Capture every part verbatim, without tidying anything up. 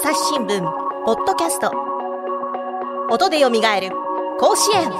朝日新聞ポッドキャスト、音でよみがえる甲子園。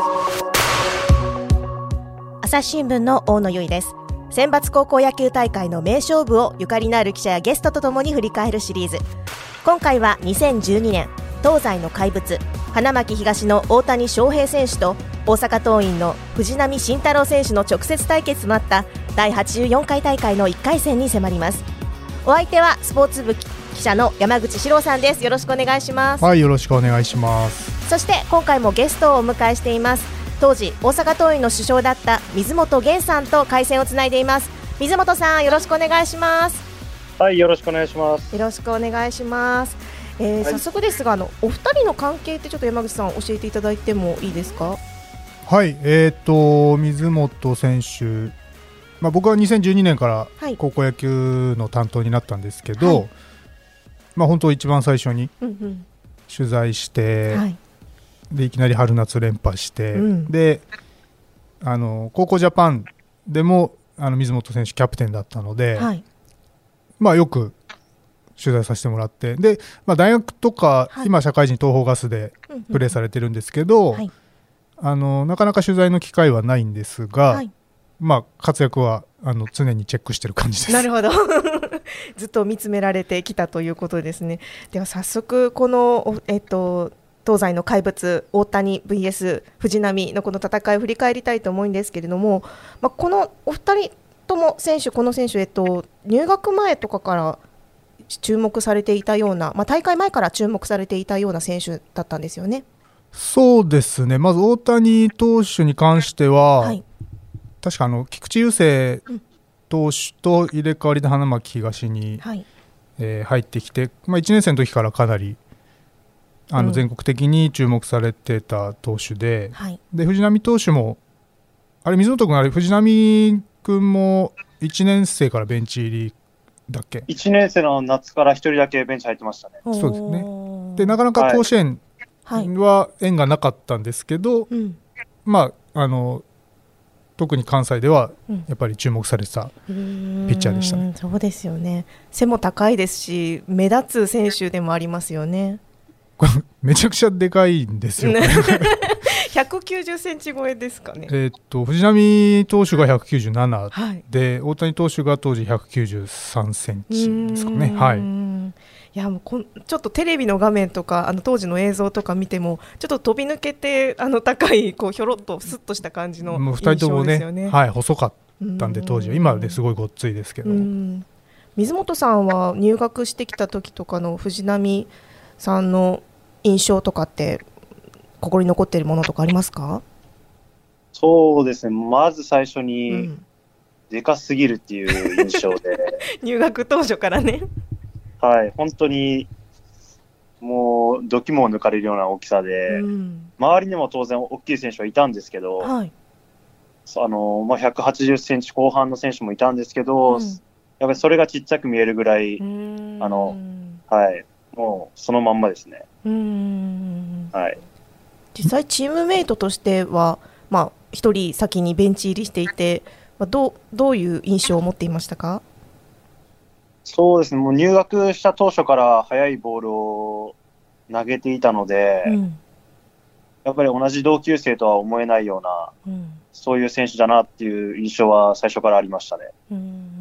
朝日新聞の大野由依です。選抜高校野球大会の名勝負をゆかりのある記者やゲストとともに振り返るシリーズ。今回はにせんじゅうにねん東西の怪物花巻東の大谷翔平選手と大阪桐蔭の藤浪晋太郎選手の直接対決となっただいはちじゅうよんかい大会のいっかい戦に迫ります。お相手はスポーツ部記者の山口史郎さんです。よろしくお願いします。 はい、よろしくお願いします。 そして今回もゲストをお迎えしています。当時大阪桐蔭の主将だった水本源さんと回線をつないでいます。水本さん、よろしくお願いします。 はい、よろしくお願いします。 よろしくお願いします。えーはい、早速ですが、あのお二人の関係ってちょっと山口さん教えていただいてもいいですか？ はい、えーと水本選手、まあ、僕はにせんじゅうにねんから高校野球の担当になったんですけど、はい、まあ、本当一番最初に取材して、うんうん、はい、でいきなり春夏連覇して、うん、であの高校ジャパンでもあの水本選手キャプテンだったので、はい、まあ、よく取材させてもらって、で、まあ、大学とか、はい、今社会人東邦ガスでプレーされてるんですけど、はい、あのなかなか取材の機会はないんですが、はい、まあ、活躍はあの常にチェックしてる感じです。 なるほどずっと見つめられてきたということですね。では早速この、えっと、東西の怪物大谷 ブイエス 藤浪のこの戦いを振り返りたいと思うんですけれども、まあ、このお二人とも選手この選手、えっと、入学前とかから注目されていたような、まあ、大会前から注目されていたような選手だったんですよね。 そうですね、まず大谷投手に関しては、はい、確かあの菊池雄星投手と入れ替わりで花巻東に、はい、えー、入ってきて、まあ、いちねん生の時からかなりあの全国的に注目されてた投手で、うん、はい、で藤浪投手もあれ水本君、あれ藤浪君もいちねん生からベンチ入りだっけ？ いちねん生の夏からひとりだけベンチ入ってましたね。 そうですね。でなかなか甲子園は縁がなかったんですけど、はいはい、まあ、あの特に関西ではやっぱり注目されてたピッチャーでしたね。 うん、そうですよね。背も高いですし目立つ選手でもありますよね。 これめちゃくちゃでかいんですよひゃくきゅうじゅっセンチ超えですかね。 えー、っと藤浪投手がひゃくきゅうじゅうなな、はい、で大谷投手が当時ひゃくきゅうじゅうさんセンチですかね。はい、 いやもうこんちょっとテレビの画面とかあの当時の映像とか見てもちょっと飛び抜けてあの高いこうひょろっとスッとした感じの印象ですよね。もうふたりともね、はい、細かったんで当時は、今ですごいごっついですけど。 水本さんは入学してきた時とかの藤浪さんの印象とかって心に残っているものとかありますか？ そうですね、まず最初に、うん、でかすぎるっていう印象で入学当初からねはい、本当にもう度肝を抜かれるような大きさで、うん、周りにも当然大きい選手はいたんですけど、はい、あのまあ、ひゃくはちじゅっセンチ後半の選手もいたんですけど、うん、やっぱりそれがちっちゃく見えるぐらい、あの、はい、もうそのまんまですね。うーん、はい、 実際チームメイトとしては、まあ、ひとり先にベンチ入りしていて、まあ、どう、どういう印象を持っていましたか？ そうですね、もう入学した当初から速いボールを投げていたので、うん、やっぱり同じ同級生とは思えないような、うん、そういう選手だなっていう印象は最初からありましたね。うー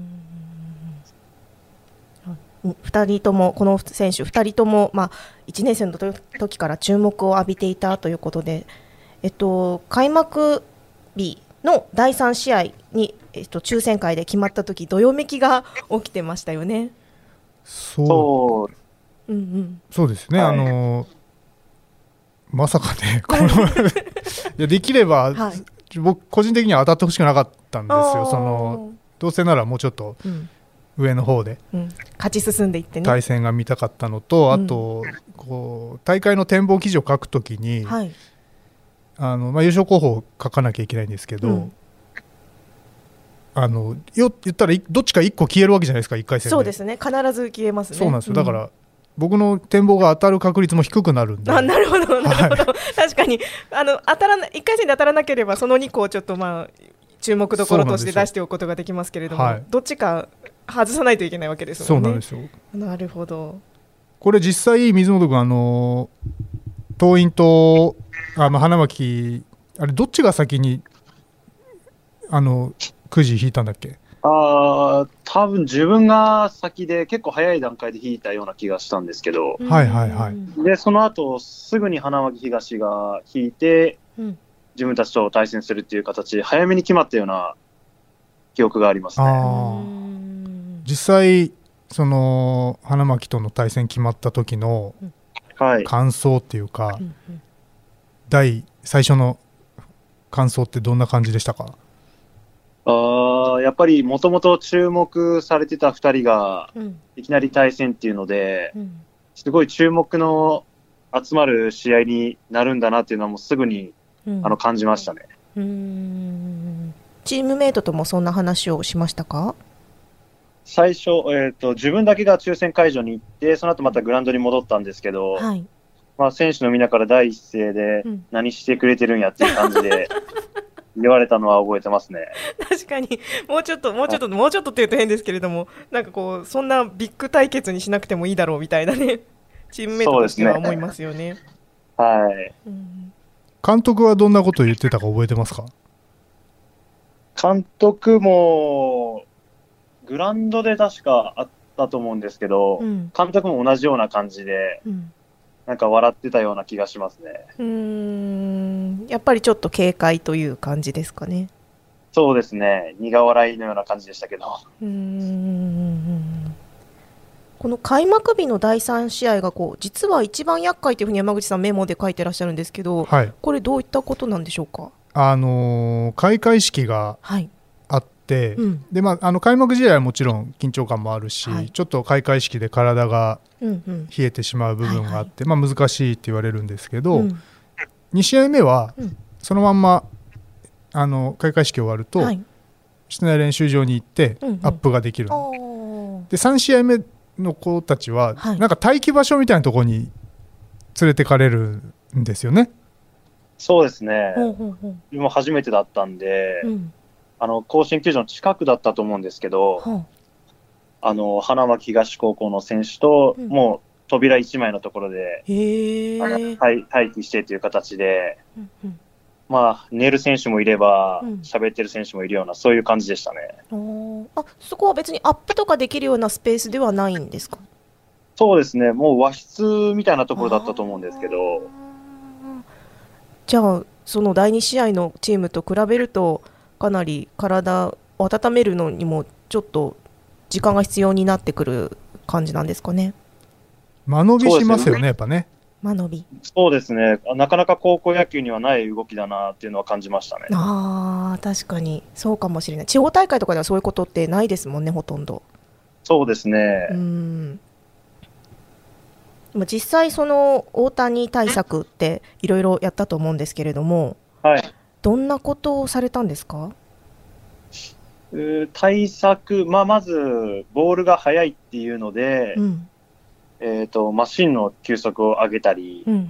ん、ふたりともこの選手ふたりとも、まあ、いちねん生の時から注目を浴びていたということで、えっと、開幕日のだいさん試合に、えっと、抽選会で決まった時どよめきが起きてましたよね。 そう、うんうん、そうですね、はい、あのまさかねこのいやできれば、はい、僕個人的には当たってほしくなかったんですよ。そのどうせならもうちょっと、うん、上の方で、うん、 勝ち進んでいってね対戦が見たかったのと、あと、うん、こう大会の展望記事を書くときに、はい、あのまあ、優勝候補を書かなきゃいけないんですけど、うん、あのよ言ったらどっちかいっこ消えるわけじゃないですか、いっかい戦で。 そうですね、必ず消えますね。 そうなんですよ、だから、うん、僕の展望が当たる確率も低くなるんで。 あ、なるほどなるほど、はい、確かにあの当たらないいっかい戦で当たらなければそのにこをちょっと、まあ、注目どころとして出しておくことができますけれども、はい、どっちか外さないといけないわけですもんね。そうなんですよ。なるほど。 これ実際水本君、あの桐蔭とあの花巻、あれどっちが先にあのくじ引いたんだっけ？ ああ、多分自分が先で結構早い段階で引いたような気がしたんですけど、 はいはいはい。 でその後すぐに花巻東が引いて、うん、自分たちと対戦するっていう形で早めに決まったような記憶がありますね。 あ、実際その花巻との対戦決まった時の感想っていうか、はい、第最初の感想ってどんな感じでしたか？ あ、やっぱりもともと注目されてたふたりがいきなり対戦っていうので、うん、すごい注目の集まる試合になるんだなっていうのはもうすぐに、うん、あの感じましたね。 うーん、チームメイトともそんな話をしましたか？ 最初、えーと、自分だけが抽選会場に行ってその後またグラウンドに戻ったんですけど、はい、まあ、選手のみんなから第一声で、うん、何してくれてるんやっていう感じで言われたのは覚えてますね。 確かにもうちょっともうちょっともうちょっとって言うと変ですけれども、なんかこうそんなビッグ対決にしなくてもいいだろうみたいなね、チームメイトとしては思いますよね。 はい、 うん、 監督はどんなことを言ってたか覚えてますか？ 監督もグラウンドで確かあったと思うんですけど、うん、監督も同じような感じで、うん、なんか笑ってたような気がしますね。 うーん、やっぱりちょっと警戒という感じですかね。 そうですね、苦笑いのような感じでしたけど。 うーん、この開幕日のだいさん試合がこう実は一番厄介というふうに山口さんメモで書いてらっしゃるんですけど、はい、これどういったことなんでしょうか？ あのー、開会式があって、はい、うん、でまあ、あの開幕試合はもちろん緊張感もあるし、はい、ちょっと開会式で体が冷えてしまう部分があって、うんうん、まあ、難しいって言われるんですけど、うん、に試合目はそのまんまあの開会式終わると、はい、室内練習場に行ってアップができる、うんうん、でさん試合目の子たちは、はい、なんか待機場所みたいなところに連れてかれるんですよね。 そうですね、もう初めてだったんで、うん、あの甲子園球場の近くだったと思うんですけど、うん、あの花巻東高校の選手と、うん、もう扉いちまいのところで、 へー、 待待機してという形で、うんうん、まあ、寝る選手もいれば喋、うん、ってる選手もいるようなそういう感じでしたね。 あ、そこは別にアップとかできるようなスペースではないんですか？ そうですね、もう和室みたいなところだったと思うんですけど。 じゃあそのだいに試合のチームと比べるとかなり体を温めるのにもちょっと時間が必要になってくる感じなんですかね。 間延びしますよね、やっぱね。 間延び。 そうですね、なかなか高校野球にはない動きだなっていうのは感じましたね。 あー、確かにそうかもしれない。地方大会とかではそういうことってないですもんね、ほとんど。 そうですね。 うん、実際その大谷対策っていろいろやったと思うんですけれども、 はい、 どんなことをされたんですか？ 対策、まあ、まずボールが速いっていうので、うん、えーと、マシンの球速を上げたり、うんうんうん、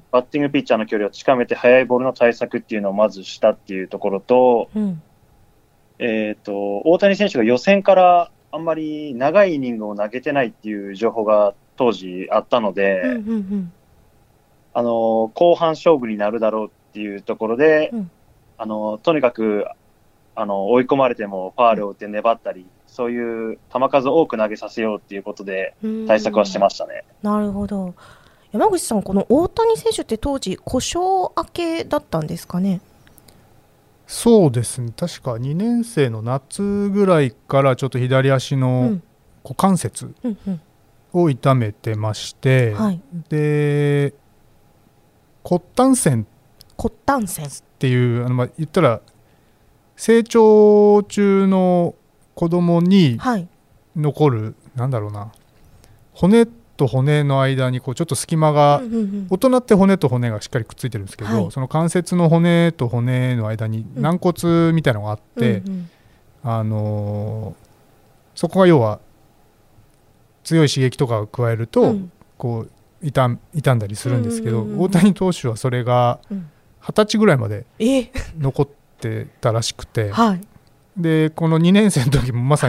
バッティングピッチャーの距離を近めて速いボールの対策っていうのをまずしたっていうところと、うん、えーと、大谷選手が予選からあんまり長いイニングを投げてないっていう情報が当時あったので、うんうんうん、あの後半勝負になるだろうっていうところで、うん、あのとにかくあの追い込まれてもファールを打って粘ったり、そういう球数を多く投げさせようっていうことで対策はしてましたね。 なるほど。山口さん、この大谷選手って当時故障明けだったんですかね？ そうですね、確かにねん生の夏ぐらいからちょっと左足の股関節を痛めてまして、うんうんうん、で骨端線骨端線っていうあの、まあ、言ったら成長中の子供に残る、はい、なんだろうな、骨と骨の間にこうちょっと隙間が、うんうんうん、大人って骨と骨がしっかりくっついてるんですけど、はい、その関節の骨と骨の間に軟骨みたいなのがあって、うんうんうん、あのー、そこが要は強い刺激とかを加えると、うん、こう 傷, 傷んだりするんですけど、うんうんうん、大谷投手はそれがはたちぐらいまで残ってたらしくて、はい、でこのにねん生の時もまさに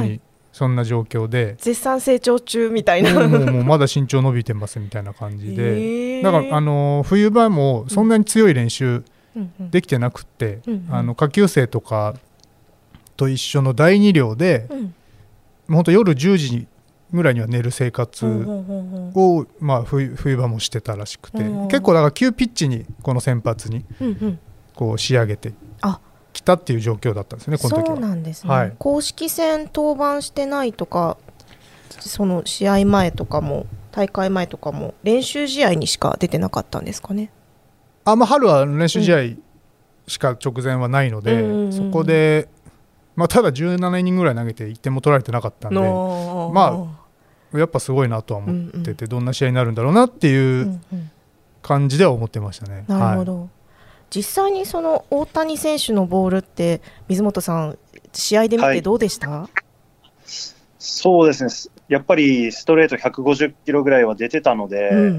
そんな状況で絶賛成長中みたいなもうもうもうまだ身長伸びてますみたいな感じでだからあの冬場もそんなに強い練習できてなくって、うんうん、あの下級生とかと一緒のだいに寮で、うん、本当夜じゅうじぐらいには寝る生活を、まあ、冬, 冬場もしてたらしくて、結構だから急ピッチにこの先発にこう仕上げてきたっていう状況だったんですね、この時は。 そうなんですね、はい、公式戦登板してないとかその試合前とかも大会前とかも練習試合にしか出てなかったんですかね。 あ、まあ、春は練習試合しか直前はないので、うん、そこで、まあ、ただじゅうななイニングぐらい投げていってんも取られてなかったんで、まあやっぱすごいなとは思ってて、うんうん、どんな試合になるんだろうなっていう感じでは思ってましたね。 うんうん、なるほど、はい、実際にその大谷選手のボールって水本さん試合で見てどうでした？はい、 そうですね、やっぱりストレートひゃくごじゅっキロぐらいは出てたので、うんうんうん、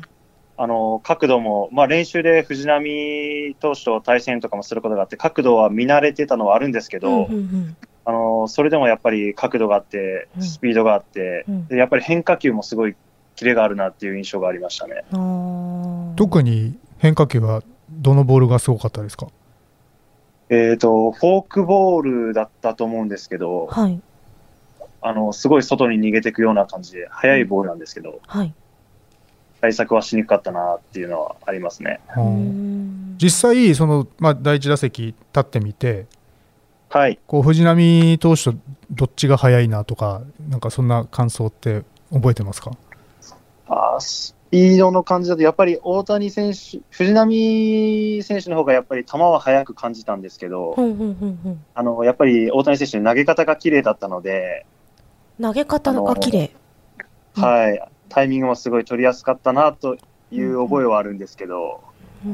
あの角度も、まあ、練習で藤浪投手と対戦とかもすることがあって角度は見慣れてたのはあるんですけど、うんうんうん、あのそれでもやっぱり角度があってスピードがあって、うん、でやっぱり変化球もすごいキレがあるなっていう印象がありましたね。 特に変化球はどのボールがすごかったですか？ えーと、フォークボールだったと思うんですけど、はい、あのすごい外に逃げていくような感じで速いボールなんですけど、はい、対策はしにくかったなっていうのはありますね。 実際その、まあ、だいいち打席立ってみて、 はい、 こう藤浪投手とどっちが速いなとか、なんかそんな感想って覚えてますか？ あスピードの感じだとやっぱり大谷選手、藤浪選手の方がやっぱり球は速く感じたんですけど、うんうんうんうん、あのやっぱり大谷選手の投げ方が綺麗だったので、 投げ方が綺麗、 はい、タイミングもすごい取りやすかったなという覚えはあるんですけど、 うんうん、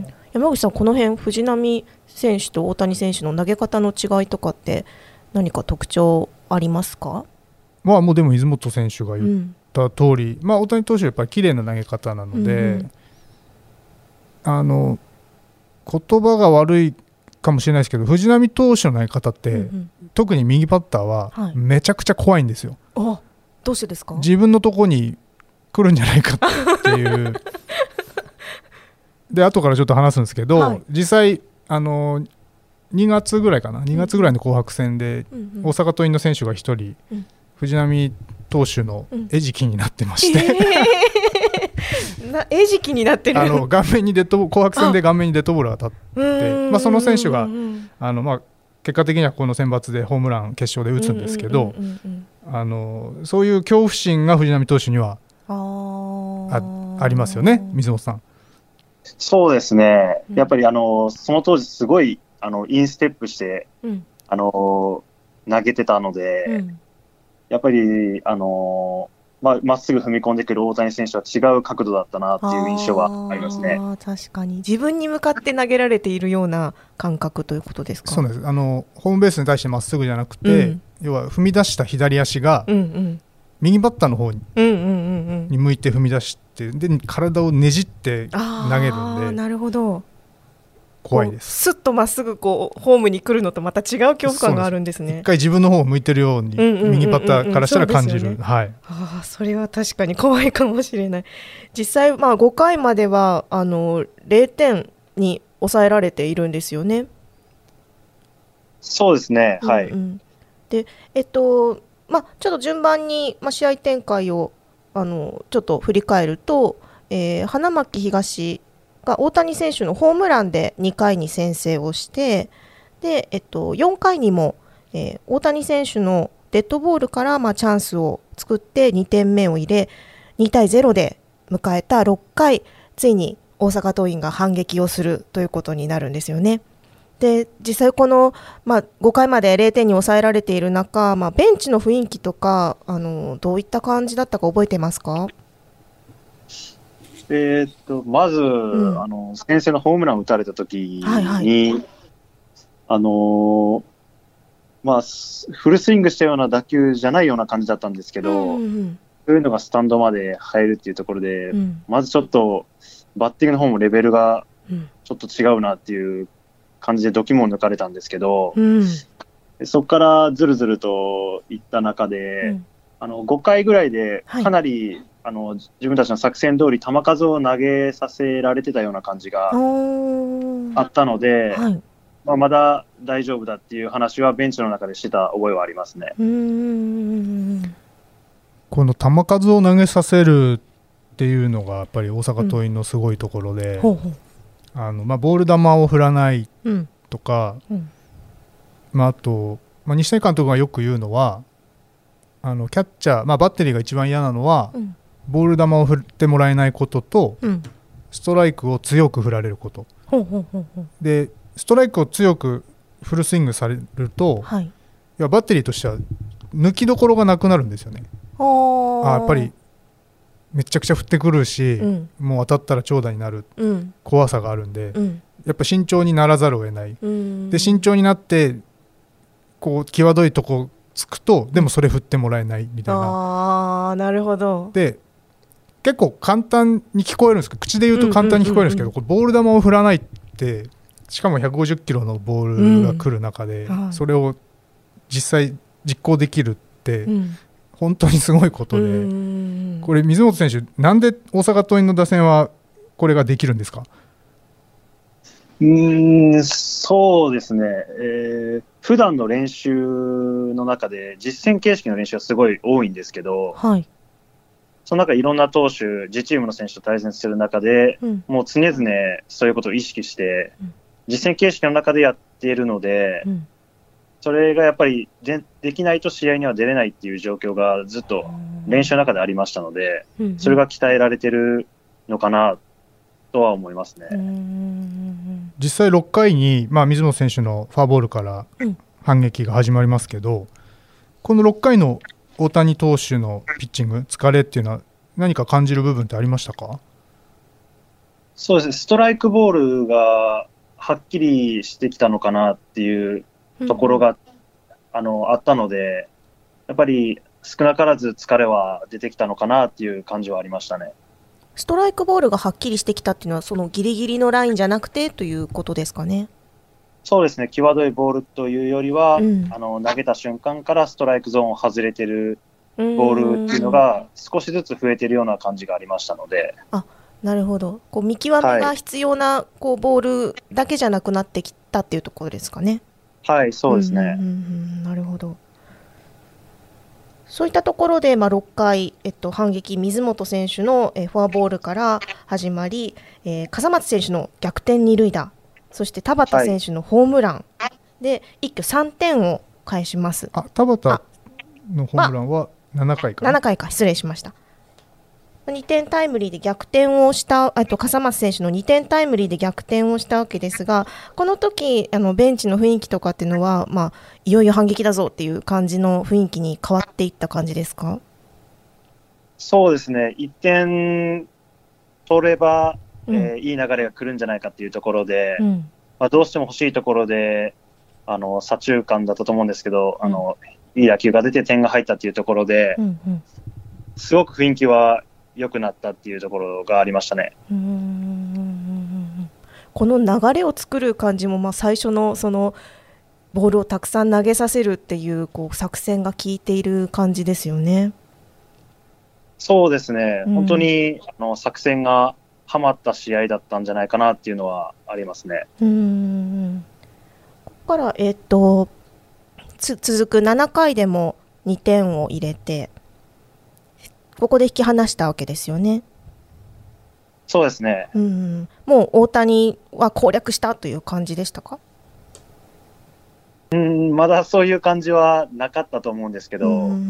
山口さん、この辺藤浪選手と大谷選手の投げ方の違いとかって何か特徴ありますか？ まあ、もうでも水本選手が言った通り、うん、まあ、大谷投手はやっぱり綺麗な投げ方なので、うんうん、あの言葉が悪いかもしれないですけど、藤浪投手の投げ方って、うんうん、特に右バッターはめちゃくちゃ怖いんですよ。 はい、あ、どうしてですか？ 自分のとこに来るんじゃないかっていうで後からちょっと話すんですけど、はい、実際あのにがつぐらいかな、にがつぐらいの紅白戦で、うんうん、大阪桐蔭の選手がひとり、うん、藤浪投手の餌食になってまして、うんえー、な餌食になってるあの顔面にデッド紅白戦で顔面にデッドボールが当たって、まあ、その選手があの、まあ、結果的にはこの選抜でホームラン決勝で打つんですけど、あのそういう恐怖心が藤浪投手には あ, ありますよね、水本さん。 そうですね、やっぱりあのその当時すごいあのインステップして、うん、あの投げてたので、うん、やっぱりあのま, まっすぐ踏み込んでくる大谷選手は違う角度だったなっていう印象はありますね。 あ、確かに自分に向かって投げられているような感覚ということですか？ そうです。あのホームベースに対してまっすぐじゃなくて、うん、要は踏み出した左足が、うんうん、右バッターの方 に,、うんうんうんうん、に向いて踏み出してで体をねじって投げるんで、 なるほど、 怖いです。 スッとまっすぐこうホームに来るのとまた違う恐怖感があるんですね。 一回自分の方を向いてるように、うんうんうんうん、右バッターからしたら感じる、ね、はい、 あ、それは確かに怖いかもしれない。実際、まあ、ごかいまではあのれいてんに抑えられているんですよね。 そうですね、はい、 うんうん、でえっとまあ、ちょっと順番に、まあ、試合展開をあのちょっと振り返ると、えー、花巻東が大谷選手のホームランでにかいに先制をしてで、えっと、よんかいにも、えー、大谷選手のデッドボールから、まあ、チャンスを作ってにてんめを入れにたいゼロで迎えたろっかい、ついに大阪桐蔭が反撃をするということになるんですよね。で実際この、まあ、ごかいまでれいてんに抑えられている中、まあ、ベンチの雰囲気とかあのどういった感じだったか覚えてますか？ えー、っとまず、うん、あの先制のホームランを打たれた時に、はいはい、あのまあ、フルスイングしたような打球じゃないような感じだったんですけど、うんうん、そういうのがスタンドまで入るっていうところで、うん、まずちょっとバッティングの方もレベルがちょっと違うなっていう感じで度肝を抜かれたんですけど、うん、 そこからずるずるといった中で、うん、あのごかいぐらいでかなり、はい、あの自分たちの作戦通り球数を投げさせられてたような感じがあったので、はい、まあ、まだ大丈夫だっていう話はベンチの中でしてた覚えはありますね。うーん、この球数を投げさせるっていうのがやっぱり大阪桐蔭のすごいところで、うん、ほうほう、あのまあ、ボール球を振らないとか、うんうん、まあ、あと、まあ、西谷監督がよく言うのはあのキャッチャー、まあ、バッテリーが一番嫌なのは、うん、ボール球を振ってもらえないことと、うん、ストライクを強く振られること、ほうほうほうほう、でストライクを強くフルスイングされると、はい、いやバッテリーとしては抜きどころがなくなるんですよね。あやっぱりめちゃくちゃ振ってくるし、うん、もう当たったら長打になる怖さがあるんで、うん、やっぱ慎重にならざるを得ない、うん、で慎重になってこう際どいとこつくとでもそれ振ってもらえないみたいな。 あー、なるほど。 で結構簡単に聞こえるんですけど、口で言うと簡単に聞こえるんですけど、これボール球を振らないって、しかもひゃくごじゅっキロのボールが来る中で、うん、それを実際実行できるって、うん、本当にすごいことで、うん、これ水本選手なんで大阪桐蔭の打線はこれができるんですか？ うーん、そうですね、えー、普段の練習の中で実戦形式の練習はすごい多いんですけど、はい、その中いろんな投手自チームの選手と対戦する中で、うん、もう常々そういうことを意識して、うん、実戦形式の中でやっているので、うん、それがやっぱり で, できないと試合には出れないっていう状況がずっと練習の中でありましたので、うん、それが鍛えられてるのかなとは思いますね。うーん、実際ろっかいに、まあ、水本選手のフォアボールから反撃が始まりますけど、うん、このろっかいの大谷投手のピッチング疲れっていうのは何か感じる部分ってありましたか？ そうですね、ストライクボールがはっきりしてきたのかなっていうところが、うん、あのあったので、やっぱり少なからず疲れは出てきたのかなっていう感じはありましたね。 ストライクボールがはっきりしてきたっていうのはそのギリギリのラインじゃなくてということですかね？ そうですね、際どいボールというよりは、うん、あの投げた瞬間からストライクゾーンを外れてるボールっていうのが少しずつ増えてるような感じがありましたので。 あ、なるほど。こう見極めが必要な、はい、こうボールだけじゃなくなってきたっていうところですかね？ はい、そうですね。うんうんうん、なるほど。そういったところで、まあ、ろっかい、えっと、反撃水本選手の、えー、フォアボールから始まり、えー、笠松選手の逆転二塁打、そして田畑選手のホームラン、はい、で一挙さんてんを返します。 あ、田畑のホームランはななかいかな、 ななかいか、失礼しました。にてんタイムリーで逆転をしたあと笠松選手のにてんタイムリーで逆転をしたわけですが、この時あのベンチの雰囲気とかっていうのは、まあ、いよいよ反撃だぞっていう感じの雰囲気に変わっていった感じですか？ そうですね、いってん取れば、うんえー、いい流れが来るんじゃないかっていうところで、うんまあ、どうしても欲しいところであの左中間だったと思うんですけど、うん、あのいい野球が出て点が入ったっていうところで、うんうん、すごく雰囲気は良くなったっていうところがありましたね。うーん、 この流れを作る感じも、まあ、最初のそのボールをたくさん投げさせるっていう、こう作戦が効いている感じですよね。 そうですね、うん、本当にあの作戦がはまった試合だったんじゃないかなっていうのはありますね。うーん、 ここから、えー、っとつ続くななかいでもにてんを入れて、ここで引き離したわけですよね。 そうですね、 うん、もう大谷は攻略したという感じでしたか？ うん、まだそういう感じはなかったと思うんですけど、うんうんうん、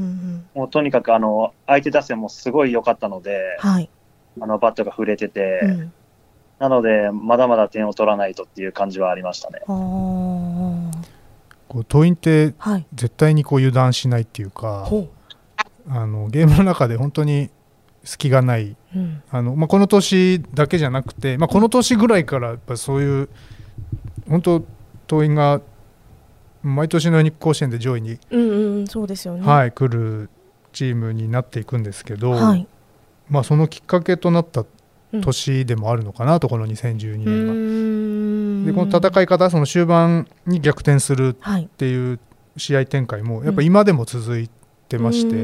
もうとにかくあの相手打線もすごい良かったので、はい、あのバットが振れてて、うん、なのでまだまだ点を取らないとっていう感じはありましたね。あこう桐蔭って絶対にこう油断しないっていうか、はい、あのゲームの中で本当に隙がない、うんあのまあ、この年だけじゃなくて、まあ、この年ぐらいからやっぱそういう本当桐蔭が毎年のように甲子園で上位に、 うんうん、そうですよね、 はい、来るチームになっていくんですけど、はいまあ、そのきっかけとなった年でもあるのかなと、うん、このにせんじゅうにねんが。でこの戦い方、その終盤に逆転するっていう試合展開もやっぱ今でも続いてまして、うん、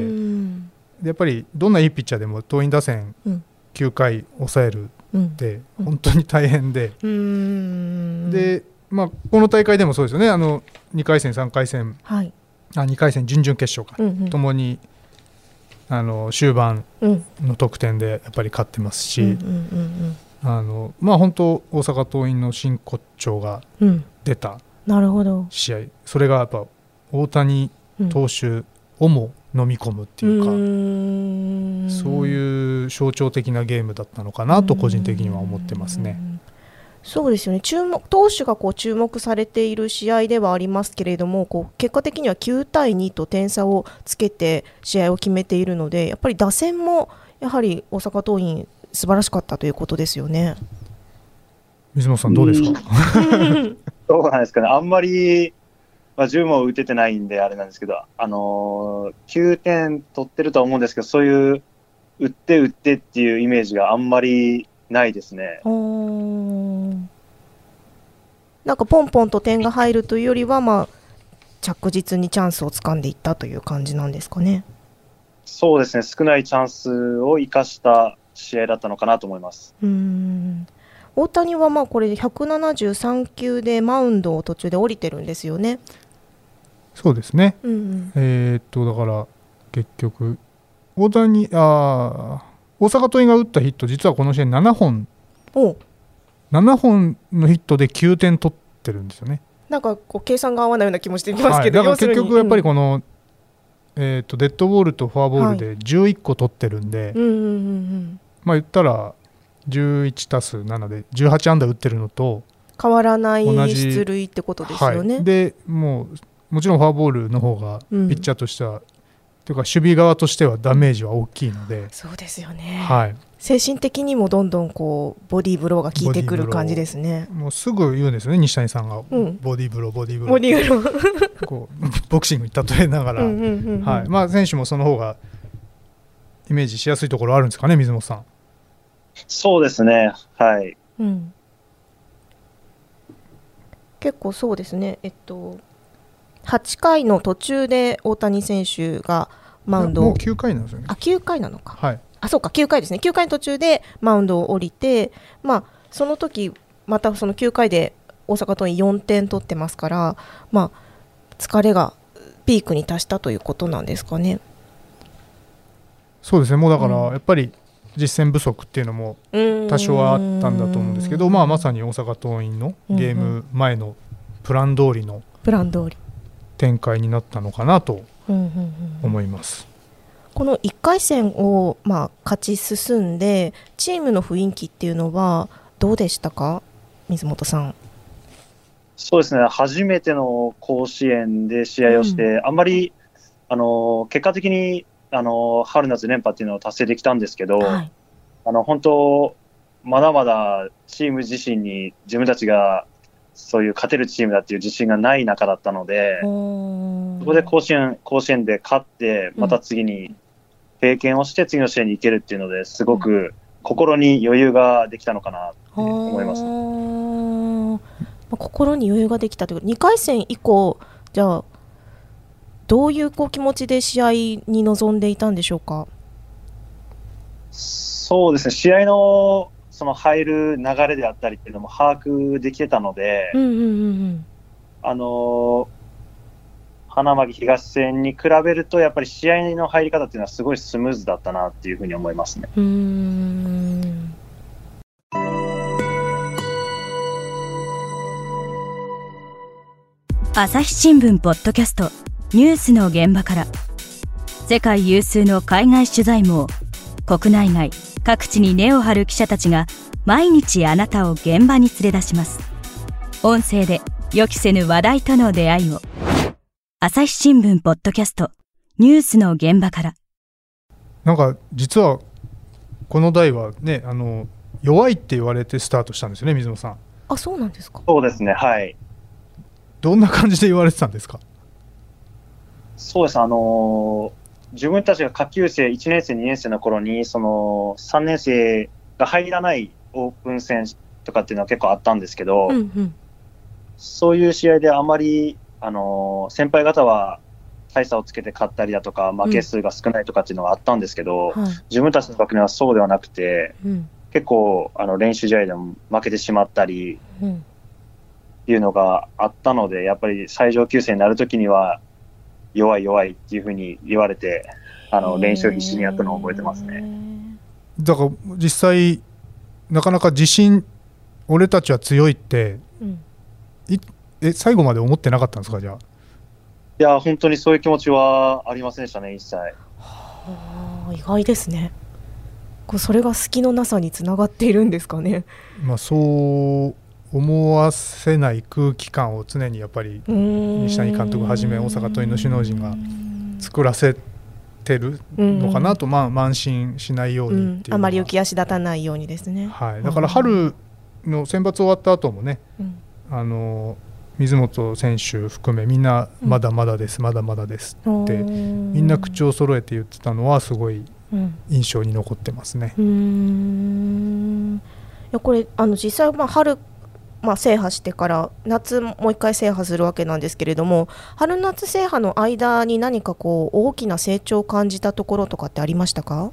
でやっぱりどんないいピッチャーでも桐蔭打線きゅうかい抑えるって本当に大変で、うん、で、まあ、この大会でもそうですよね。あのにかい戦さんかい戦、はい、あにかい戦準々決勝か、うんうん、ともにあの終盤の得点でやっぱり勝ってますし、うんうんうんうんあのまあ、本当大阪桐蔭の真骨頂が出た試合、うん、なるほどそれがやっぱ大谷投手をも飲み込むっていうか、うん、そういう象徴的なゲームだったのかなと個人的には思ってますね。 そうですよね。注目投手がこう注目されている試合ではありますけれども、こう結果的にはきゅうたいにと点差をつけて試合を決めているので、やっぱり打線もやはり大阪桐蔭素晴らしかったということですよね。 水本さんどうですか？ どうなんですかね。あんまり、まあ、じゅうも打ててないんであれなんですけど、あのー、きゅうてん取ってるとは思うんですけど、そういう打って打ってっていうイメージがあんまりないですね。 なんかポンポンと点が入るというよりは、まあ、着実にチャンスをつかんでいったという感じなんですかね。 そうですね。少ないチャンスを生かした試合だったのかなと思います。 うーん大谷はまあこれひゃくななじゅうさんきゅうでマウンドを途中で降りてるんですよね。 そうですね、うんうん、えー、っとだから結局大谷あ大阪桐蔭が打ったヒット実はこの試合ななほんおななほんのヒットできゅうてん取ってるんですよね。 なんかこう計算が合わないような気もしてきますけど、 はい、だから結局やっぱりこの、うんえー、とデッドボールとフォアボールでじゅういっこ取ってるんで、はいうんうんうん、まあ言ったらじゅういちたすななでじゅうはちあんだ打ってるのと変わらない出塁ってことですよね。 はい、でもうもちろんフォアボールの方がピッチャーとしては、うん、というか守備側としてはダメージは大きいので、 そうですよね、 はい、 精神的にもどんどんこうボディーブローが効いてくる感じですね。 もうすぐ言うんですよね西谷さんが、うん、ボディーブローボディーブローボディーブローこうボクシングに例えながら、うんうんうんうんはいまあ、選手もその方がイメージしやすいところあるんですかね水本さん。 そうですねはい、うん、 結構そうですねえっとはちかいの途中で大谷選手がマウンドをもうきゅうかいなんですよね。 あきゅうかいなのか、 はい、 あそうかきゅうかいですね。きゅうかいの途中でマウンドを降りて、まあ、その時またそのきゅうかいで大阪桐蔭よんてん取ってますから、まあ、疲れがピークに達したということなんですかね。 そうですねもうだからやっぱり実戦不足っていうのも多少はあったんだと思うんですけど、まあ、まさに大阪桐蔭のゲーム前のプラン通りのプラン通り展開になったのかなと思います。 このいっかい戦をまあ勝ち進んでチームの雰囲気っていうのはどうでしたか水本さん。 そうですね初めての甲子園で試合をして、うん、あんまりあの結果的にあの春夏連覇っていうのを達成できたんですけど、はい、あの本当まだまだチーム自身に自分たちがそういう勝てるチームだっていう自信がない中だったので、そこで甲子園、甲子園で勝ってまた次に経験をして次の試合に行けるっていうのですごく心に余裕ができたのかなって思います、ね、 心に余裕ができたというかにかい戦以降じゃあどういうこう気持ちで試合に臨んでいたんでしょうか。 そうですね試合のその入る流れであったりっていうのも把握できてたので、うんうんうんうん、あの花巻東戦に比べるとやっぱり試合の入り方っていうのはすごいスムーズだったなっていうふうに思いますね。うーん朝日新聞ポッドキャストニュースの現場から世界有数の海外取材網国内外各地に根を張る記者たちが毎日あなたを現場に連れ出します。音声で予期せぬ話題との出会いを。朝日新聞ポッドキャストニュースの現場から。 なんか実はこの代はねあの弱いって言われてスタートしたんですよね水野さん。 あそうなんですか。 そうですねはいどんな感じで言われてたんですか。 そうですあのー自分たちが下級生いちねん生にねん生の頃にそのさんねん生が入らないオープン戦とかっていうのは結構あったんですけど、うんうん、そういう試合であまりあのー、先輩方は大差をつけて勝ったりだとか、負け数が少ないとかっていうのがあったんですけど、うんはい、自分たちの学年はそうではなくて、うん、結構あの練習試合でも負けてしまったり、うん、っていうのがあったので、やっぱり最上級生になるときには弱い弱いっていうふうに言われて、あの練習を必死にやったのを覚えてますね。 だから実際なかなか自信、俺たちは強いって、うん、いえ最後まで思ってなかったんですか？じゃあ。 いや本当にそういう気持ちはありませんでしたね、一切。はあ、意外ですね。こうそれが隙のなさにつながっているんですかね。 まあ、そう思わせない空気感を常にやっぱり西谷監督はじめ大阪桐蔭の首脳陣が作らせてるのかなと、まあ、慢心しないようにっていう、 うん、あまり浮き足立たないようにですね、 はい、だから春の選抜終わった後もね、うん、あの水本選手含めみんなまだまだです、うん、まだまだですってみんな口を揃えて言ってたのはすごい印象に残ってますね。 うん、うーん、いやこれあの実際まあ春まあ、制覇してから夏もう一回制覇するわけなんですけれども、春夏制覇の間に何かこう大きな成長を感じたところとかってありましたか？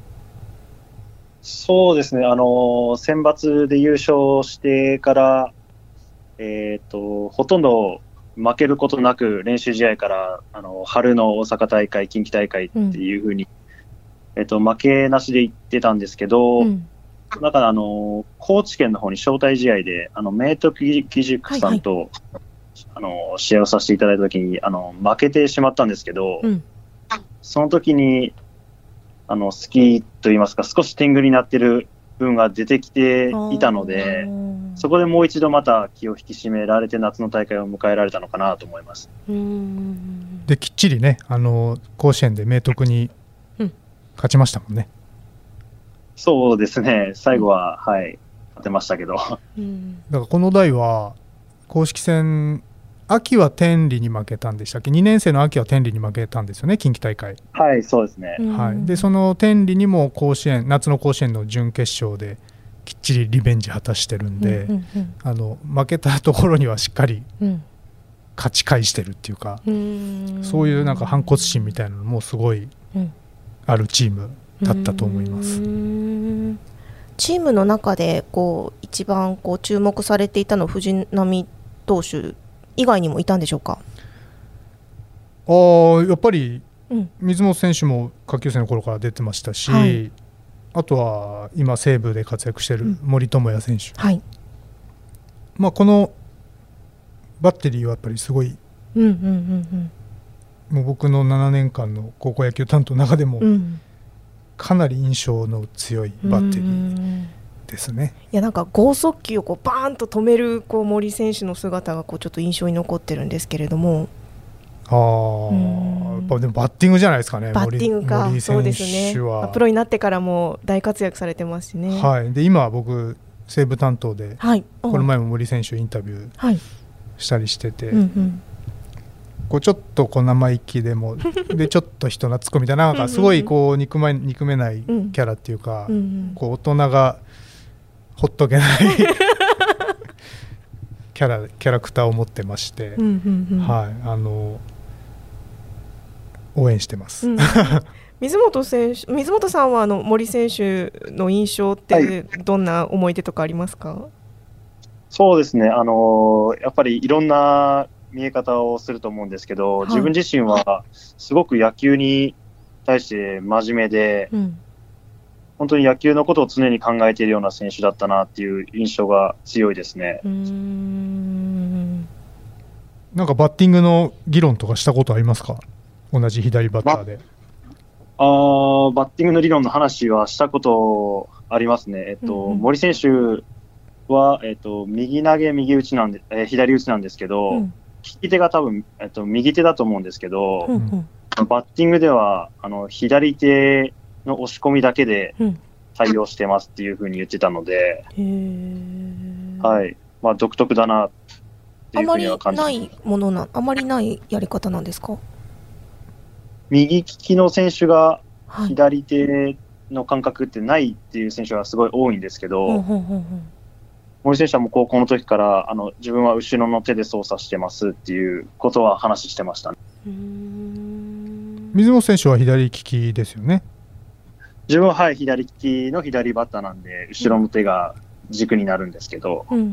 そうですね、あの選抜で優勝してから、えー、とほとんど負けることなく練習試合からあの春の大阪大会、近畿大会っていうふうに、うん、えー、と負けなしで行ってたんですけど、うん、だからあの高知県の方に招待試合であの明徳義塾さんと、はいはい、あの試合をさせていただいたときにあの負けてしまったんですけど、うん、その時にあの好きといいますか少し天狗になってる部分が出てきていたので、そこでもう一度また気を引き締められて夏の大会を迎えられたのかなと思います。 うーん、できっちりねあの甲子園で明徳に勝ちましたもんね。 そうですね、最後は、うん、はい、勝てましたけど、 うん、だからこの代は公式戦秋は天理に負けたんでしたっけ？にねん生の秋は天理に負けたんですよね、近畿大会。 はい、そうですね、 はい、でその天理にも甲子園夏の甲子園の準決勝できっちりリベンジ果たしてるんで、うんうんうん、あの負けたところにはしっかり勝ち返してるっていうか、うん、そういうなんか反骨心みたいなのもすごいあるチームだったと思います。 うーん、チームの中でこう一番こう注目されていたのは藤浪投手以外にもいたんでしょうか？ あやっぱり水本選手も下級生の頃から出てましたし、はい、あとは今西武で活躍している森友哉選手、うんはい、まあ、このバッテリーはやっぱりすごい、うんうんうんうん、もう僕のななねんかんの高校野球担当の中でも、うん、かなり印象の強いバッテリーですね。 いやなんか剛速球をこうバーンと止めるこう森選手の姿がこうちょっと印象に残ってるんですけれども、 あやっぱでもバッティングじゃないですかね。 バッティングか、 森選手はそうですね、プロになってからも大活躍されてますしね。 はい、で今は僕西武担当で、はい、この前も森選手インタビューしたりしてて、はい、うんうん、こうちょっとこう生意気でもでちょっと人懐っこみたいな、なんかすごいこう憎め、憎めないキャラっていうか、うんうん、こう大人がほっとけないキャラ、キャラクターを持ってまして、うんうんうん、はい、あの応援してます、うん、 水本選手、水本さんはあの森選手の印象ってどんな思い出とかありますか？はい、 そうですね、あのやっぱりいろんな見え方をすると思うんですけど、はい、自分自身はすごく野球に対して真面目で、うん、本当に野球のことを常に考えているような選手だったなっていう印象が強いですね。うーん、 なんかバッティングの議論とかしたことありますか？同じ左バッターで。 ああ、バッティングの理論の話はしたことありますね。えっと、うんうん、森選手は、えっと、右投げ右打ちなんで、えー、左打ちなんですけど、うん、利き手が多分、えっと、右手だと思うんですけど、うんうん、バッティングではあの左手の押し込みだけで対応してますっていうふうに言ってたので、うん、はい、まあ、独特だなっていうふうには感じます。 あまりないものな、あまりないやり方なんですか？ 右利きの選手が左手の感覚ってないっていう選手がすごい多いんですけど、はい、 森選手はもう高校の時からあの自分は後ろの手で操作してますっていうことは話してましたね。 うーん水本選手は左利きですよね。 自分は、はい、左利きの左バッターなんで後ろの手が軸になるんですけど、 うんうんうん、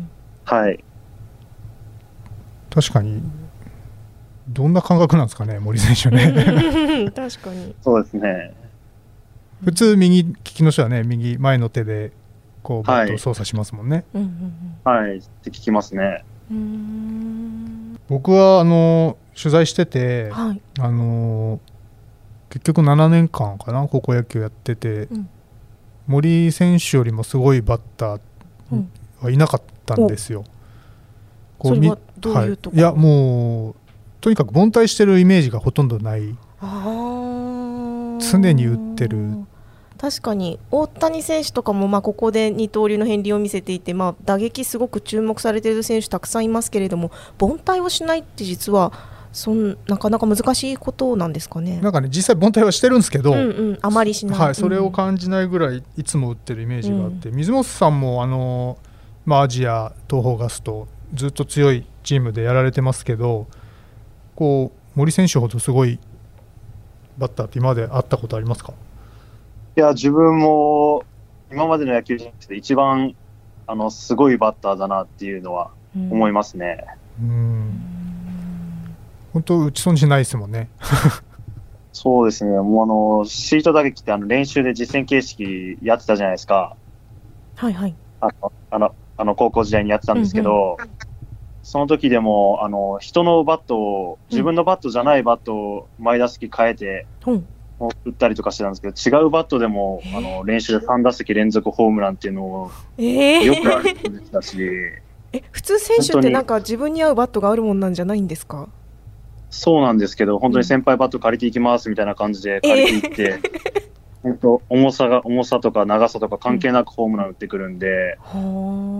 はい、 確かにどんな感覚なんですかね、森選手ね。 確かにそうですね。 普通右利きの人はね、右前の手でこうバットを操作しますもんね。 はい、はい、って聞きますね。 うーん僕はあの取材してて、 はい、 あの結局ななねんかんかな高校野球やってて、うん、森選手よりもすごいバッターはいなかったんですよ。 こうそれはどういうところ？ はい、いやもうとにかく凡退してるイメージがほとんどない。 あ常に打ってる。 確かに大谷選手とかもまあここで二刀流の片鱗を見せていて、まあ、打撃すごく注目されている選手たくさんいますけれども、凡退をしないって実はそんなかなか難しいことなんですかね。 なんかね実際凡退はしてるんですけど、 うんうん、あまりしない、 はい、それを感じないぐらいいつも打ってるイメージがあって、うん、水本さんもあの、まあ、アジア東邦ガスとずっと強いチームでやられてますけど、こう森選手ほどすごいバッターって今まで会ったことありますか？ いや自分も今までの野球人生で一番あのすごいバッターだなっていうのは思いますね。 うん、うん本当打ち損じないですもんね。 そうですね。もうあのシート打撃ってあの練習で実戦形式やってたじゃないですか。 はいはい。 あのあのあの高校時代にやってたんですけど、うんうん、その時でもあの人のバットを自分のバットじゃないバットを前打席変えて、うん打ったりとかしてたんですけど、違うバットでも、えー、あの練習でさんだせき連続ホームランっていうのをよくあるんでしたし、 えー、普通選手ってなんか自分に合うバットがあるもんなんじゃないんですか？ そうなんですけど、本当に先輩バット借りていきますみたいな感じで借りていって、えー、本当重さが重さとか長さとか関係なくホームラン打ってくるんで、うん、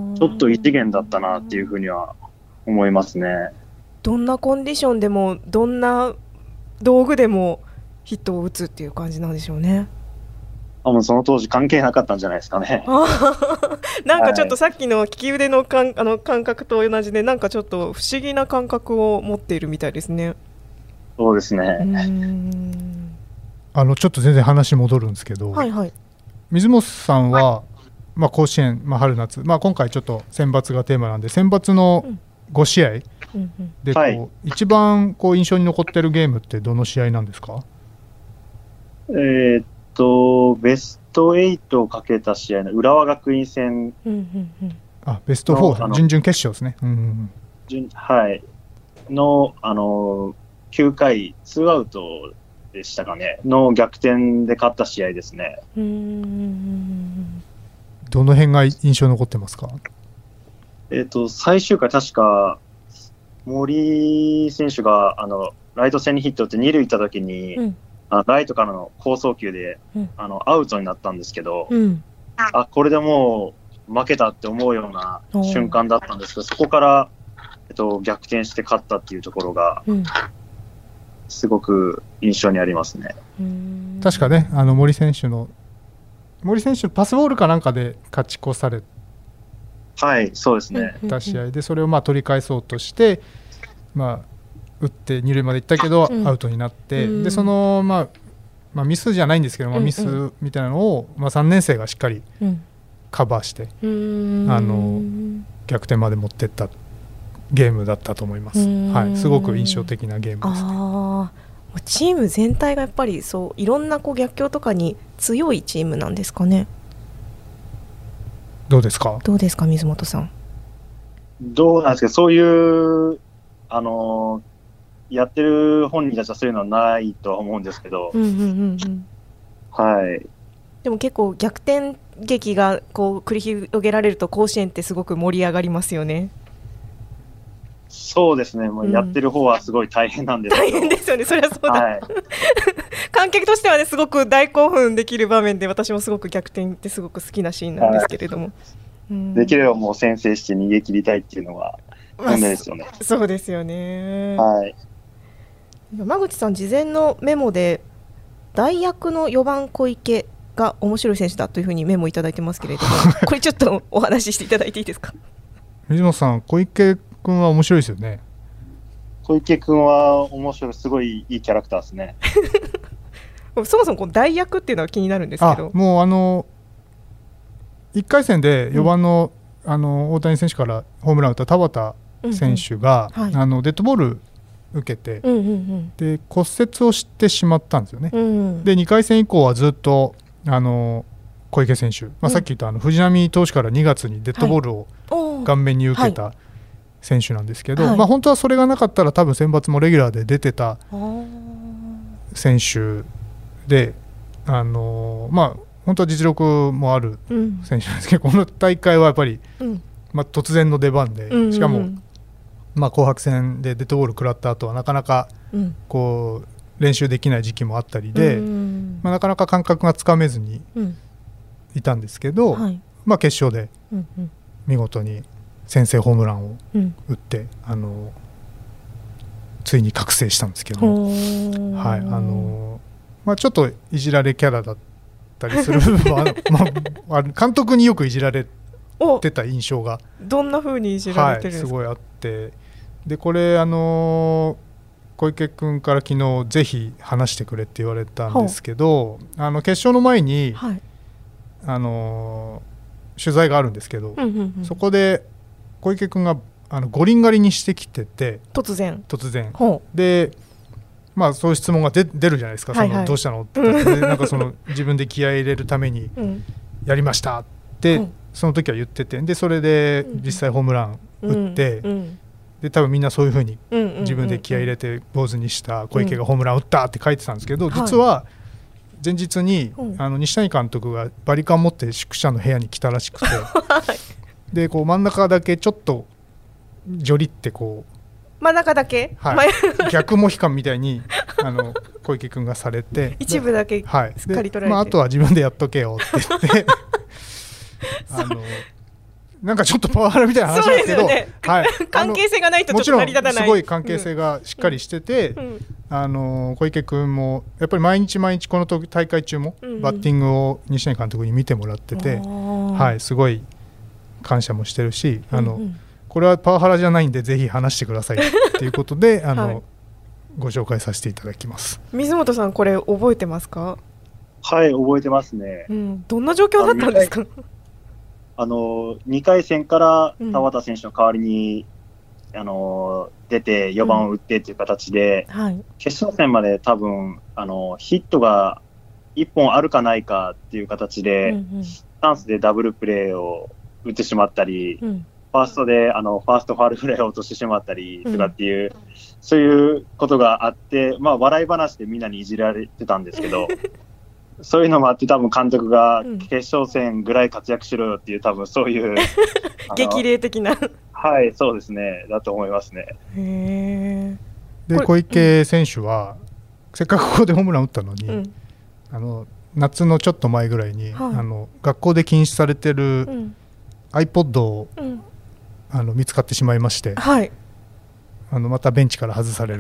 ちょっと異次元だったなっていうふうには思いますね。 どんなコンディションでもどんな道具でもヒットを打つっていう感じなんでしょうね。 あもうその当時関係なかったんじゃないですかね。 なんかちょっとさっきの利き腕のかんあの感覚と同じで、なんかちょっと不思議な感覚を持っているみたいですね。 そうですね。 うーんあのちょっと全然話戻るんですけど、 はいはい、 水本さんは、はいまあ、甲子園、まあ、春夏、まあ、今回ちょっと選抜がテーマなんで選抜のご試合でこう、うんうんはい、一番こう印象に残ってるゲームってどの試合なんですか？ えー、っとベストエイトをかけた試合の浦和学院戦、うんうんうん、 あベストフォー準々決勝ですね、うんうん、 はいのあのきゅうかいツーアウトでしたかねの逆転で勝った試合ですね。 うーんどの辺が印象に残ってますか？ えー、っと最終回確か森選手があのライト線にヒットってに塁行った時に、うんあライトからの好送球で、うん、あのアウトになったんですけど、うん、あこれでもう負けたって思うような瞬間だったんですけど、そこから、えっと、逆転して勝ったっていうところが、うん、すごく印象にありますね。 うん確かねあの森選手の森選手パスボールかなんかで勝ち越されはいそうですねた試合でそれをまあ取り返そうとして、まあ打って二塁まで行ったけどアウトになって、うん、でその、まあまあ、ミスじゃないんですけど、まあ、ミスみたいなのを、まあ、さんねん生がしっかりカバーして、うん、あの逆転まで持っていったゲームだったと思います、はい、すごく印象的なゲームですね。 あチーム全体がやっぱりそういろんなこう逆境とかに強いチームなんですかね。 どうですかどうですか水本さん。 どうなんですかそういうあのやってる本人たちはそういうのはないとは思うんですけど、うんうんうんうん、はい。 でも結構逆転劇がこう繰り広げられると甲子園ってすごく盛り上がりますよね。 そうですね。もうやってる方はすごい大変なんですけど、 うん、大変ですよね。それはそうだ。 はい、 観客としてはねすごく大興奮できる場面で、私もすごく逆転ってすごく好きなシーンなんですけれども、はいうん、できればもう先制して逃げ切りたいっていうのが本音ですよね。 まあ、そうですよね。 はい。 山口さん事前のメモで代役のよばん小池が面白い選手だというふうにメモいただいてますけれどもこれちょっとお話ししていただいていいですか。 水本さん、小池君は面白いですよね。 小池君は面白い、すごいいいキャラクターですねそもそもこの代役っていうのは気になるんですけど、 あもうあのいっかい戦でよばん の,、うん、あの大谷選手からホームランを打った田畑選手が、うんうんはい、あのデッドボール受けて、うんうんうん、で骨折をしてしまったんですよね、うんうん、でにかい戦以降はずっとあの小池選手、まあ、さっき言ったあの藤浪投手からにがつにデッドボールを顔面に受けた選手なんですけど、はいまあ、本当はそれがなかったら多分選抜もレギュラーで出てた選手で、あのまあ、本当は実力もある選手なんですけど、うん、この大会はやっぱり、うんまあ、突然の出番で、うんうん、しかも、まあ、紅白戦でデッドボール食らった後はなかなかこう練習できない時期もあったりで、うんまあ、なかなか感覚がつかめずにいたんですけど、うんはいまあ、決勝で見事に先制ホームランを打って、うん、あのついに覚醒したんですけども、はいあのまあ、ちょっといじられキャラだったりする部分は、まあ、監督によくいじられてた印象がどんな風にいじられてるんですか。 はい、すごいあって、でこれあの小池君から昨日ぜひ話してくれって言われたんですけど、あの決勝の前に、はい、あの取材があるんですけど、うんうんうん、そこで小池君があの五輪狩りにしてきてて突然突然で、まあ、そういう質問が 出, 出るじゃないですか、はいはい、そのどうしたのってなんかその自分で気合い入れるためにやりましたって、うん、その時は言ってて、でそれで実際ホームラン打って、うんうん、で多分みんなそういう風に自分で気合い入れて坊主にした小池がホームラン打ったって書いてたんですけど、うん、実は前日に、はい、あの西谷監督がバリカン持って宿舎の部屋に来たらしくて、はい、でこう真ん中だけちょっとジョリってこう真ん中だけ、 はい、逆モヒカンみたいにあの小池君がされて一部だけすっかり取られて、 はいまあ、あとは自分でやっとけよって言ってあのなんかちょっとパワハラみたいな話なんですけど、ねはい、 関係性がないとちょっと成り立たない。 もちろんすごい関係性がしっかりしてて、うんうん、あの小池君もやっぱり毎日毎日この大会中もバッティングを西谷監督に見てもらってて、うんうんはい、すごい感謝もしてるし、あの、うんうんこれはパワハラじゃないんでぜひ話してくださいということであの、はい、ご紹介させていただきます。 水本さんこれ覚えてますか。 はい覚えてますね、 うん、どんな状況だったんですか。 あのにかい戦から田畑選手の代わりに、うん、あの出てよばんを打ってという形で、うんはい、決勝戦まで多分あのヒットがいっぽんあるかないかっていう形で、うんうん、チャンスでダブルプレーを打ってしまったり、うんファーストであのファーストファウルフライを落としてしまったりとかっていう、うん、そういうことがあって、まあ、笑い話でみんなにいじられてたんですけどそういうのもあって多分監督が決勝戦ぐらい活躍しろよっていう多分そういう激励的なはいそうですねだと思いますね。 へで小池選手は、うん、せっかくここでホームラン打ったのに、うん、あの夏のちょっと前ぐらいに、はい、あの学校で禁止されてる、うん、iPod を、うんあの見つかってしまいまして、はい、あのまたベンチから外される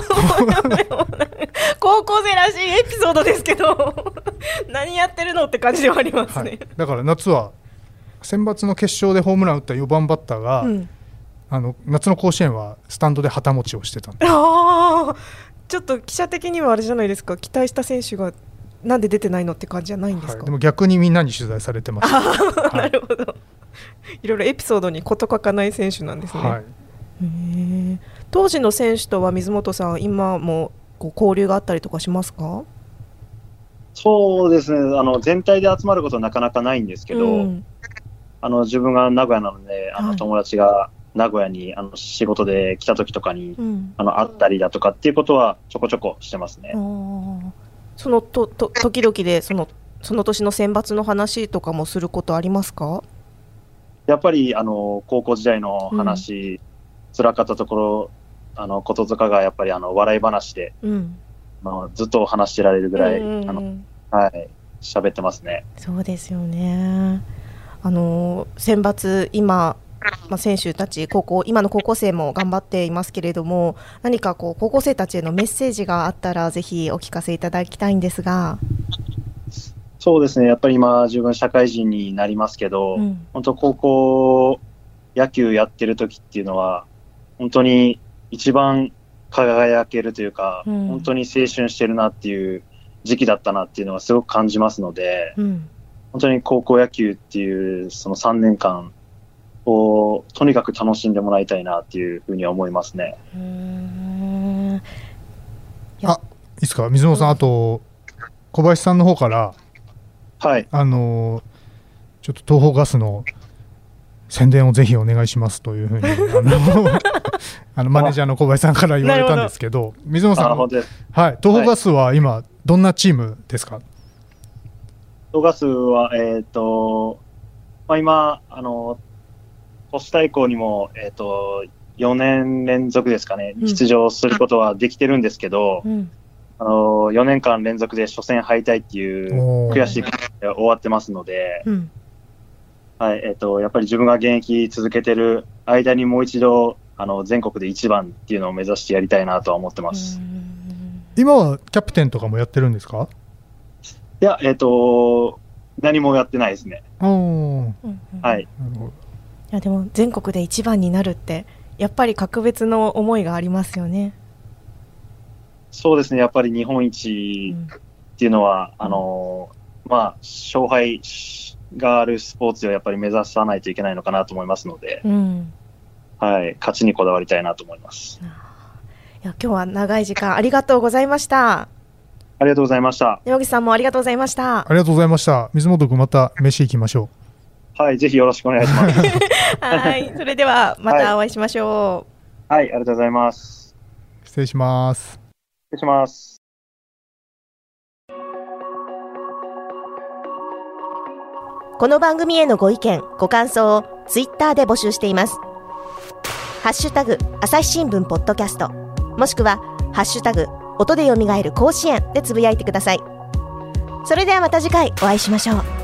高校生らしいエピソードですけど何やってるのって感じではありますね、はい、 だから夏は選抜の決勝でホームラン打ったよばんバッターが、うん、あの夏の甲子園はスタンドで旗持ちをしてたんであちょっと記者的にはあれじゃないですか期待した選手がなんで出てないのって感じじゃないんですか、 はい、でも逆にみんなに取材されてました、 はい、なるほどいろいろエピソードに事欠かない選手なんですね、はい、へ当時の選手とは水本さん今もこう交流があったりとかしますか。 そうですねあの全体で集まることはなかなかないんですけど、うん、あの自分が名古屋なのであの友達が名古屋にあの仕事で来た時とかに、うん、あの会ったりだとかっていうことはちょこちょこしてますね。 そのとと時々でそのその年の選抜の話とかもすることありますか。 やっぱりあの高校時代の話、うん、辛かったところあのこととかがやっぱりあの笑い話で、うん、あのずっと話してられるぐらい、うんうん、あのはい喋ってますね。 そうですよね。あの選抜今、まあ、選手たち高校今の高校生も頑張っていますけれども何かこう高校生たちへのメッセージがあったらぜひお聞かせいただきたいんですが。 そうですね、やっぱり今自分社会人になりますけど、うん、本当高校野球やってる時っていうのは本当に一番輝けるというか、うん、本当に青春してるなっていう時期だったなっていうのはすごく感じますので、うん、本当に高校野球っていうそのさんねんかんをとにかく楽しんでもらいたいなっていうふうには思いますね。 うーん、あ、いいですか、水野さん、あと小林さんの方から、 はい、 あのちょっと東邦ガスの宣伝をぜひお願いしますというふうにあのあのマネージャーの小林さんから言われたんですけど、水野さん、はい、東邦ガスは今どんなチームですか？ 東邦ガスは、えーとまあ、今あの都市対抗にも、えーとよねん連続ですかね、うん、出場することはできてるんですけど、うん、あのよねんかん連続で初戦敗退っていう悔しい結果で終わってますので、うん、はい、えーと、やっぱり自分が現役続けてる間にもう一度あの全国で一番っていうのを目指してやりたいなとは思ってます。 今はキャプテンとかもやってるんですか？ いや、えーと何もやってないですね。 お、 はい、 なるほど。いやでも全国で一番になるってやっぱり格別の思いがありますよね。 そうですね、やっぱり日本一っていうのは、うん、あのまあ勝敗があるスポーツをやっぱり目指さないといけないのかなと思いますので、うん、はい、勝ちにこだわりたいなと思います。 いや、今日は長い時間ありがとうございました。 ありがとうございました。 山口さんもありがとうございました。 ありがとうございました。水本君、また飯行きましょう。はい、ぜひよろしくお願いしますはい、それではまたお会いしましょう。はい、はい、ありがとうございます。 失礼します。 失礼します。 この番組へのご意見ご感想をツイッターで募集しています。ハッシュタグ朝日新聞ポッドキャスト、もしくはハッシュタグ音でよみがえる甲子園でつぶやいてください。それではまた次回お会いしましょう。